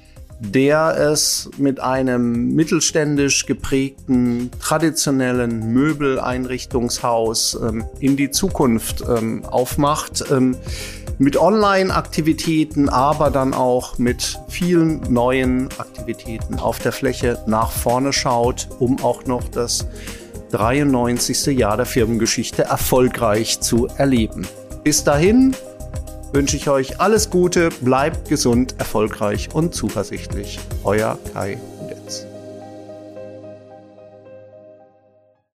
der es mit einem mittelständisch geprägten, traditionellen Möbeleinrichtungshaus ähm, in die Zukunft ähm, aufmacht. Ähm, mit Online-Aktivitäten, aber dann auch mit vielen neuen Aktivitäten auf der Fläche nach vorne schaut, um auch noch das dreiundneunzigste Jahr der Firmengeschichte erfolgreich zu erleben. Bis dahin wünsche ich euch alles Gute, bleibt gesund, erfolgreich und zuversichtlich. Euer Kai Hudes.